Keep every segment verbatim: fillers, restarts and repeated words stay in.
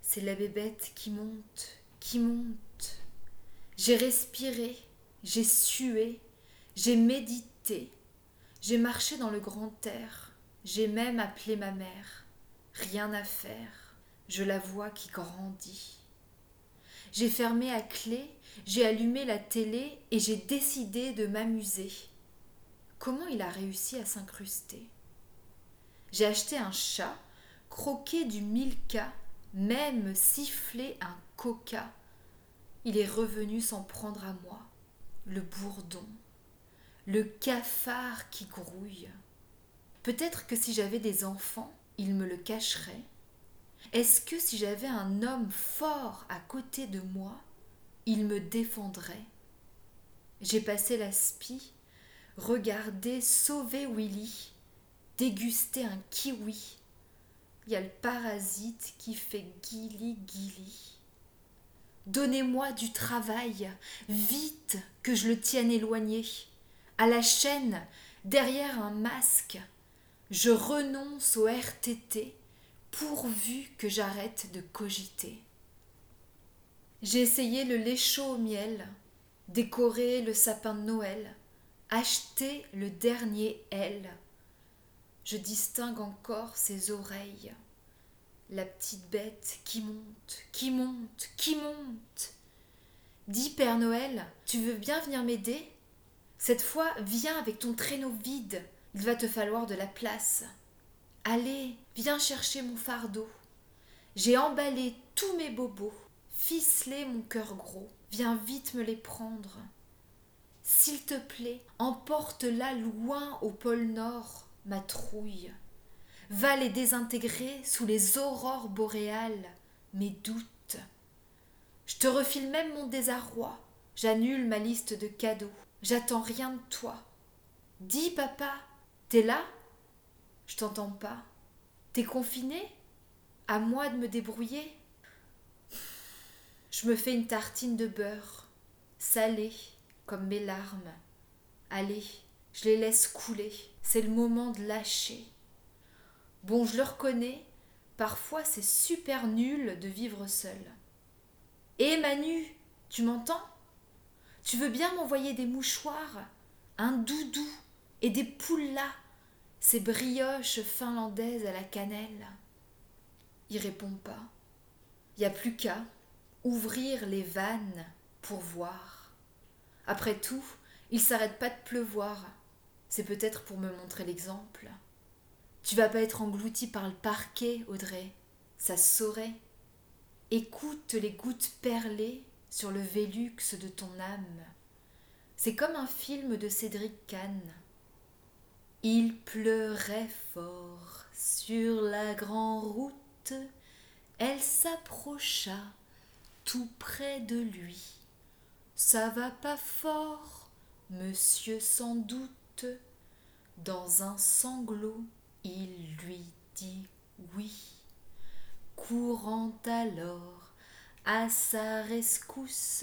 C'est la bébête qui monte, qui monte. J'ai respiré, j'ai sué, j'ai médité, j'ai marché dans le grand air, j'ai même appelé ma mère. Rien à faire, je la vois qui grandit. J'ai fermé à clé, j'ai allumé la télé et j'ai décidé de m'amuser. Comment il a réussi à s'incruster? J'ai acheté un chat, croqué du Milka, même sifflé un coca. Il est revenu s'en prendre à moi. Le bourdon, le cafard qui grouille. Peut-être que si j'avais des enfants, ils me le cacheraient. Est-ce que si j'avais un homme fort à côté de moi, il me défendrait? J'ai passé la spie, regardé sauver Willy, déguster un kiwi. Il y a le parasite qui fait guili-guili. Donnez-moi du travail, vite, que je le tienne éloigné, à la chaîne, derrière un masque. Je renonce au R T T, pourvu que j'arrête de cogiter. J'ai essayé le lait chaud au miel, décoré le sapin de Noël, acheté le dernier L. Je distingue encore ses oreilles. La petite bête qui monte, qui monte, qui monte. Dis Père Noël, tu veux bien venir m'aider? Cette fois, viens avec ton traîneau vide, il va te falloir de la place. Allez, viens chercher mon fardeau. J'ai emballé tous mes bobos, ficelé mon cœur gros, viens vite me les prendre. S'il te plaît, emporte-la loin au pôle Nord, ma trouille. Va les désintégrer sous les aurores boréales, mes doutes. Je te refile même mon désarroi, j'annule ma liste de cadeaux, j'attends rien de toi. Dis papa, t'es là? Je t'entends pas. T'es confiné? À moi de me débrouiller? Je me fais une tartine de beurre, salée comme mes larmes. Allez, je les laisse couler, c'est le moment de lâcher. Bon, je le reconnais, parfois c'est super nul de vivre seul. Hé Manu, tu m'entends? Tu veux bien m'envoyer des mouchoirs, un doudou et des poulas, ces brioches finlandaises à la cannelle? Il répond pas. Il n'y a plus qu'à ouvrir les vannes pour voir. Après tout, il s'arrête pas de pleuvoir. C'est peut-être pour me montrer l'exemple. Tu vas pas être englouti par le parquet, Audrey. Ça se saurait. Écoute les gouttes perlées sur le vélux de ton âme. C'est comme un film de Cédric Kahn. Il pleurait fort sur la grande route. Elle s'approcha tout près de lui. Ça va pas fort, monsieur sans doute. Dans un sanglot, il lui dit oui. Courant alors à sa rescousse,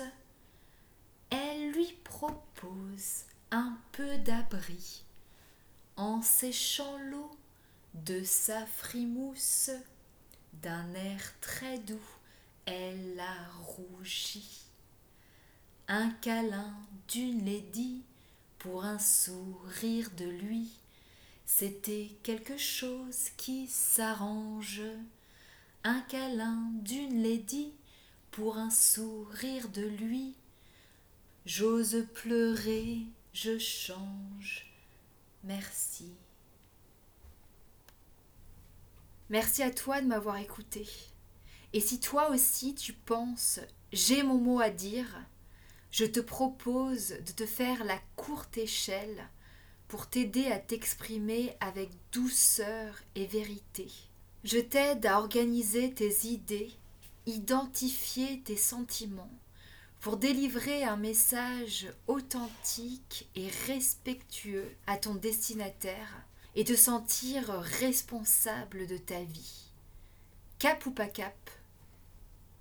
elle lui propose un peu d'abri en séchant l'eau de sa frimousse. D'un air très doux, elle a rougi. Un câlin d'une lady pour un sourire de lui, c'était quelque chose qui s'arrange. Un câlin d'une lady pour un sourire de lui. J'ose pleurer, je change. Merci. Merci à toi de m'avoir écouté. Et si toi aussi tu penses « j'ai mon mot à dire », je te propose de te faire la courte échelle pour t'aider à t'exprimer avec douceur et vérité. Je t'aide à organiser tes idées, identifier tes sentiments, pour délivrer un message authentique et respectueux à ton destinataire et te sentir responsable de ta vie. Cap ou pas cap ?